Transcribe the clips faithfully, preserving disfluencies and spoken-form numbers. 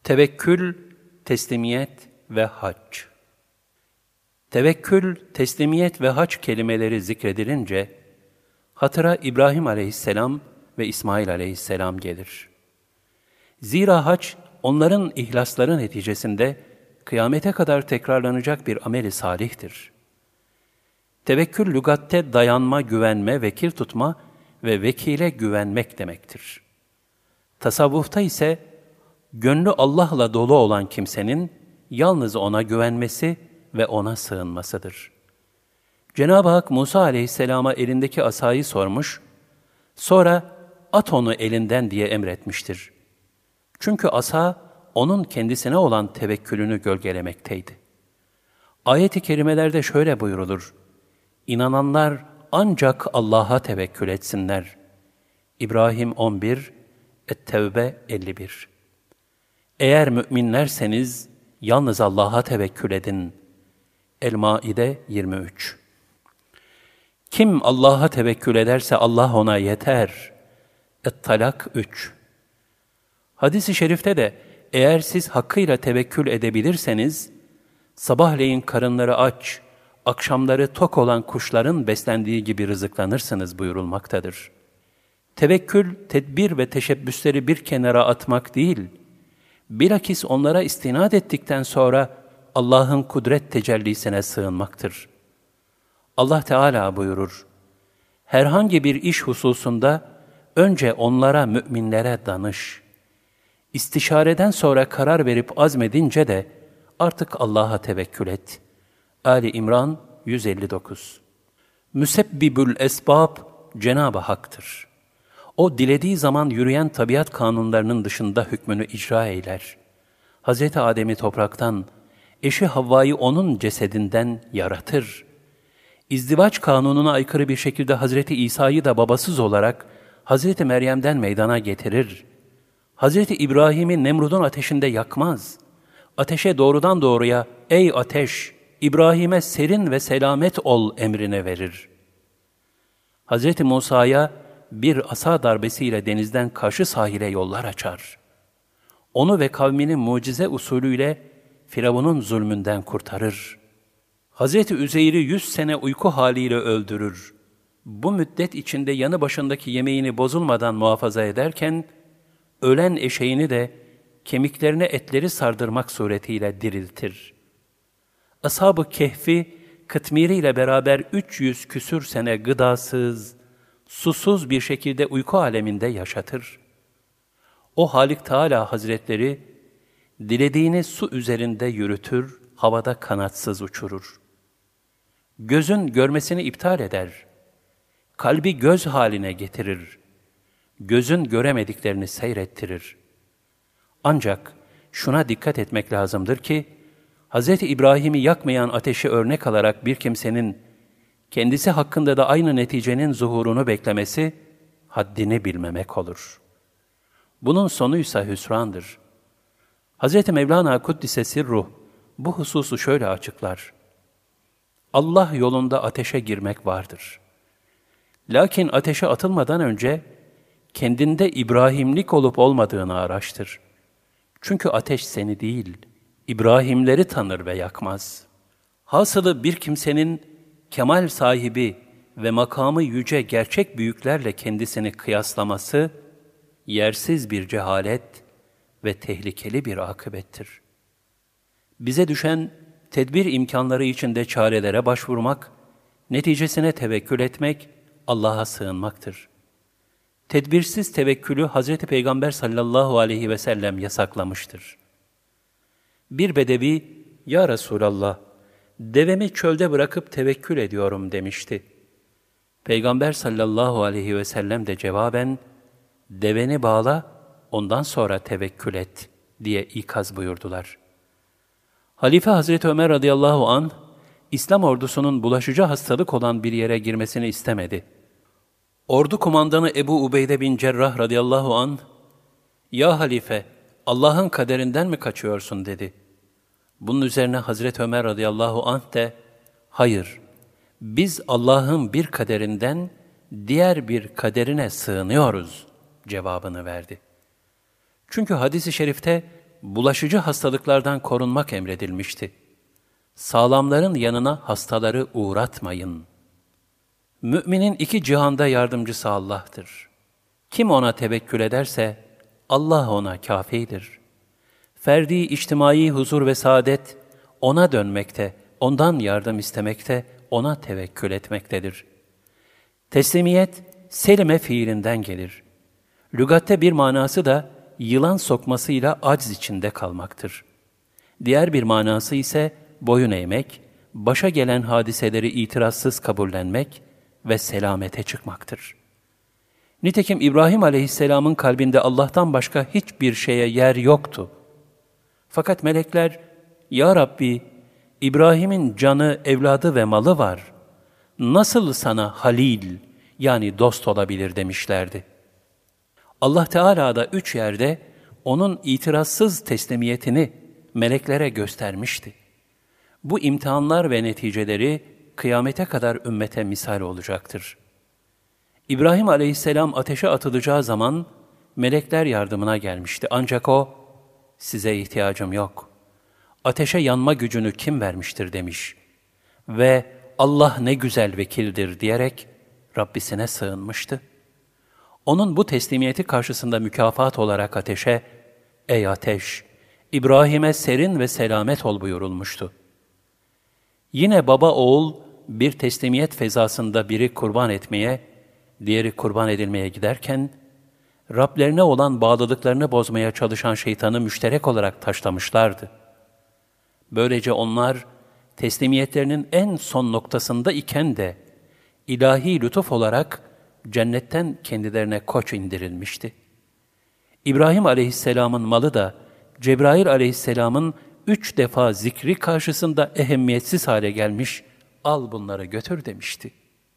Tevekkül, teslimiyet ve hac. Tevekkül, teslimiyet ve hac kelimeleri zikredilince, hatıra İbrahim aleyhisselam ve İsmail aleyhisselam gelir. Zira hac, onların ihlasları neticesinde kıyamete kadar tekrarlanacak bir ameli salihtir. Tevekkül, lügatte dayanma, güvenme, vekil tutma ve vekile güvenmek demektir. Tasavvufta ise, gönlü Allah'la dolu olan kimsenin yalnız O'na güvenmesi ve O'na sığınmasıdır. Cenab-ı Hak Musa aleyhisselama elindeki asayı sormuş, sonra at onu elinden diye emretmiştir. Çünkü asa, onun kendisine olan tevekkülünü gölgelemekteydi. Ayet-i kerimelerde şöyle buyurulur, İnananlar ancak Allah'a tevekkül etsinler. İbrahim on bir, Et-Tevbe elli bir. Eğer müminlerseniz yalnız Allah'a tevekkül edin. El-Maide yirmi üç. Kim Allah'a tevekkül ederse Allah ona yeter. Et-Talak üç. Hadis-i şerifte de eğer siz hakkıyla tevekkül edebilirseniz, sabahleyin karınları aç, akşamları tok olan kuşların beslendiği gibi rızıklanırsınız buyurulmaktadır. Tevekkül, tedbir ve teşebbüsleri bir kenara atmak değil, bilakis onlara istinad ettikten sonra Allah'ın kudret tecellisine sığınmaktır. Allah Teala buyurur, herhangi bir iş hususunda önce onlara, müminlere danış. İstişareden sonra karar verip azmedince de artık Allah'a tevekkül et. Ali İmran yüz elli dokuz. Müsebbibül esbab Cenab-ı Hak'tır. O dilediği zaman yürüyen tabiat kanunlarının dışında hükmünü icra eyler. Hazreti Adem'i topraktan, eşi Havva'yı onun cesedinden yaratır. İzdivaç kanununa aykırı bir şekilde Hazreti İsa'yı da babasız olarak Hazreti Meryem'den meydana getirir. Hazreti İbrahim'i Nemrud'un ateşinde yakmaz. Ateşe doğrudan doğruya, ey ateş, İbrahim'e serin ve selamet ol emrine verir. Hazreti Musa'ya bir asa darbesiyle denizden karşı sahile yollar açar. Onu ve kavmini mucize usulüyle Firavun'un zulmünden kurtarır. Hazreti Üzeyr'i yüz sene uyku haliyle öldürür. Bu müddet içinde yanı başındaki yemeğini bozulmadan muhafaza ederken, ölen eşeğini de kemiklerine etleri sardırmak suretiyle diriltir. Ashab-ı Kehf'i kıtmiriyle beraber üç yüz küsür sene gıdasız, susuz bir şekilde uyku aleminde yaşatır. O Halik Teâlâ Hazretleri, dilediğini su üzerinde yürütür, havada kanatsız uçurur. Gözün görmesini iptal eder, kalbi göz haline getirir, gözün göremediklerini seyrettirir. Ancak şuna dikkat etmek lazımdır ki, Hz. İbrahim'i yakmayan ateşi örnek alarak bir kimsenin, kendisi hakkında da aynı neticenin zuhurunu beklemesi, haddini bilmemek olur. Bunun sonuysa hüsrandır. Hz. Mevlana Kuddise Sirruh, bu hususu şöyle açıklar. Allah yolunda ateşe girmek vardır. Lakin ateşe atılmadan önce, kendinde İbrahimlik olup olmadığını araştır. Çünkü ateş seni değil, İbrahimleri tanır ve yakmaz. Hasılı bir kimsenin kemal sahibi ve makamı yüce gerçek büyüklerle kendisini kıyaslaması, yersiz bir cehalet ve tehlikeli bir akıbettir. Bize düşen tedbir imkanları içinde çarelere başvurmak, neticesine tevekkül etmek, Allah'a sığınmaktır. Tedbirsiz tevekkülü Hazreti Peygamber sallallahu aleyhi ve sellem yasaklamıştır. Bir bedevi, "Ya Resulallah, devemi çölde bırakıp tevekkül ediyorum." demişti. Peygamber sallallahu aleyhi ve sellem de cevaben, "Deveni bağla, ondan sonra tevekkül et." diye ikaz buyurdular. Halife Hazreti Ömer radıyallahu anh, İslam ordusunun bulaşıcı hastalık olan bir yere girmesini istemedi. Ordu kumandanı Ebu Ubeyde bin Cerrah radıyallahu anh, "Ya halife, Allah'ın kaderinden mi kaçıyorsun?" dedi. Bunun üzerine Hazreti Ömer radıyallahu anh de, "Hayır, biz Allah'ın bir kaderinden diğer bir kaderine sığınıyoruz." cevabını verdi. Çünkü hadis-i şerifte bulaşıcı hastalıklardan korunmak emredilmişti. Sağlamların yanına hastaları uğratmayın. Müminin iki cihanda yardımcısı Allah'tır. Kim ona tevekkül ederse, Allah ona kâfidir. Ferdi içtimai huzur ve saadet, ona dönmekte, ondan yardım istemekte, ona tevekkül etmektedir. Teslimiyet, selime fiilinden gelir. Lügatte bir manası da, yılan sokmasıyla acz içinde kalmaktır. Diğer bir manası ise, boyun eğmek, başa gelen hadiseleri itirazsız kabullenmek ve selamete çıkmaktır. Nitekim İbrahim Aleyhisselam'ın kalbinde Allah'tan başka hiçbir şeye yer yoktu. Fakat melekler, "Ya Rabbi, İbrahim'in canı, evladı ve malı var. Nasıl sana halil, yani dost olabilir?" demişlerdi. Allah Teala da üç yerde onun itirazsız teslimiyetini meleklere göstermişti. Bu imtihanlar ve neticeleri kıyamete kadar ümmete misal olacaktır. İbrahim Aleyhisselam ateşe atılacağı zaman melekler yardımına gelmişti. Ancak o, "Size ihtiyacım yok. Ateşe yanma gücünü kim vermiştir?" demiş. Ve "Allah ne güzel vekildir" diyerek Rabbisine sığınmıştı. Onun bu teslimiyeti karşısında mükafat olarak ateşe, "Ey ateş, İbrahim'e serin ve selamet ol" buyurulmuştu. Yine baba oğul bir teslimiyet fezasında biri kurban etmeye, diğeri kurban edilmeye giderken, Rablerine olan bağlılıklarını bozmaya çalışan şeytanı müşterek olarak taşlamışlardı. Böylece onlar teslimiyetlerinin en son noktasında iken de ilahi lütuf olarak cennetten kendilerine koç indirilmişti. İbrahim Aleyhisselam'ın malı da Cebrail Aleyhisselam'ın üç defa zikri karşısında ehemmiyetsiz hale gelmiş, "Al bunları götür" demişti.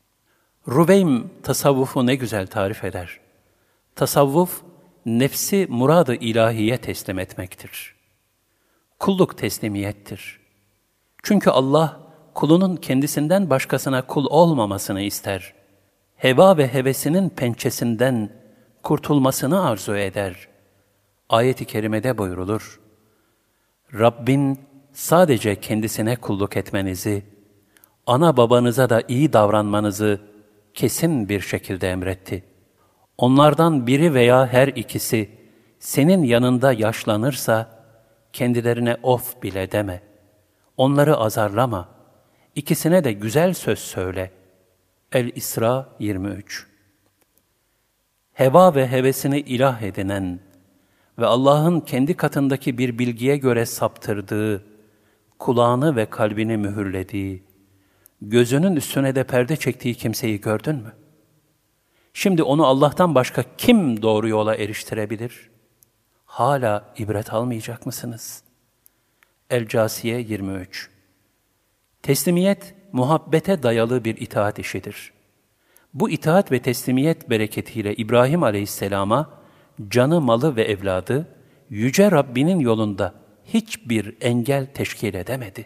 Ruveym tasavvufu ne güzel tarif eder. Tasavvuf, nefsi murad-ı ilahiye teslim etmektir. Kulluk teslimiyettir. Çünkü Allah, kulunun kendisinden başkasına kul olmamasını ister. Heva ve hevesinin pençesinden kurtulmasını arzu eder. Ayet-i kerimede buyrulur: "Rabbin sadece kendisine kulluk etmenizi, ana babanıza da iyi davranmanızı kesin bir şekilde emretti. Onlardan biri veya her ikisi senin yanında yaşlanırsa kendilerine of bile deme. Onları azarlama. İkisine de güzel söz söyle." El-İsra yirmi üç. Heva ve hevesini ilah edinen ve Allah'ın kendi katındaki bir bilgiye göre saptırdığı, kulağını ve kalbini mühürlediği, gözünün üstüne de perde çektiği kimseyi gördün mü? Şimdi onu Allah'tan başka kim doğru yola eriştirebilir? Hala ibret almayacak mısınız? El-Câsiye yirmi üç. Teslimiyet, muhabbete dayalı bir itaat işidir. Bu itaat ve teslimiyet bereketiyle İbrahim Aleyhisselam'a canı, malı ve evladı Yüce Rabbinin yolunda hiçbir engel teşkil edemedi.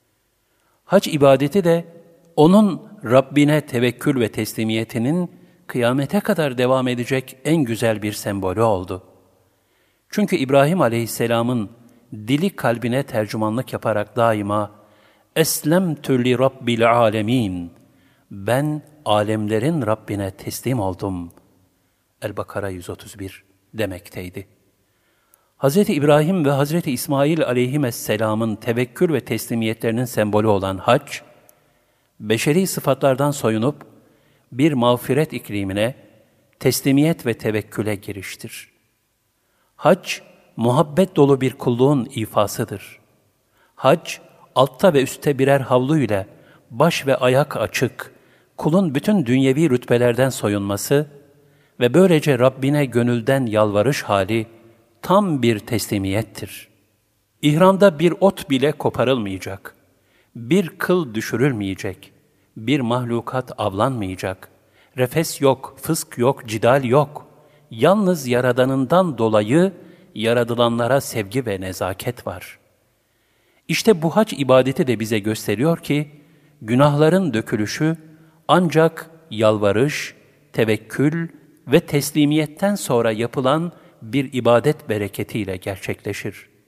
Hac ibadeti de onun Rabbine tevekkül ve teslimiyetinin kıyamete kadar devam edecek en güzel bir sembolü oldu. Çünkü İbrahim Aleyhisselam'ın dili kalbine tercümanlık yaparak daima "Eslemtü li Rabbil alemin", "Ben alemlerin Rabbine teslim oldum" El-Bakara yüz otuz bir demekteydi. Hazreti İbrahim ve Hazreti İsmail aleyhisselamın tevekkül ve teslimiyetlerinin sembolü olan hac, beşeri sıfatlardan soyunup bir mağfiret iklimine, teslimiyet ve tevekküle giriştir. Hac, muhabbet dolu bir kulluğun ifasıdır. Hac, altta ve üstte birer havluyla baş ve ayak açık, kulun bütün dünyevi rütbelerden soyunması ve böylece Rabbine gönülden yalvarış hali tam bir teslimiyettir. İhramda bir ot bile koparılmayacak, bir kıl düşürülmeyecek, bir mahlukat avlanmayacak, refes yok, fısk yok, cidal yok. Yalnız Yaradanından dolayı yaradılanlara sevgi ve nezaket var. İşte bu hac ibadeti de bize gösteriyor ki, günahların dökülüşü ancak yalvarış, tevekkül ve teslimiyetten sonra yapılan bir ibadet bereketiyle gerçekleşir.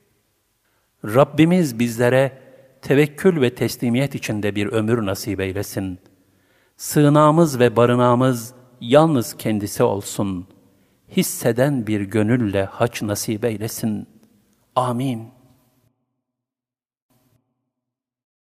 Rabbimiz bizlere tevekkül ve teslimiyet içinde bir ömür nasip eylesin. Sığınağımız ve barınağımız yalnız kendisi olsun. Hisseden bir gönülle hac nasip eylesin. Amin.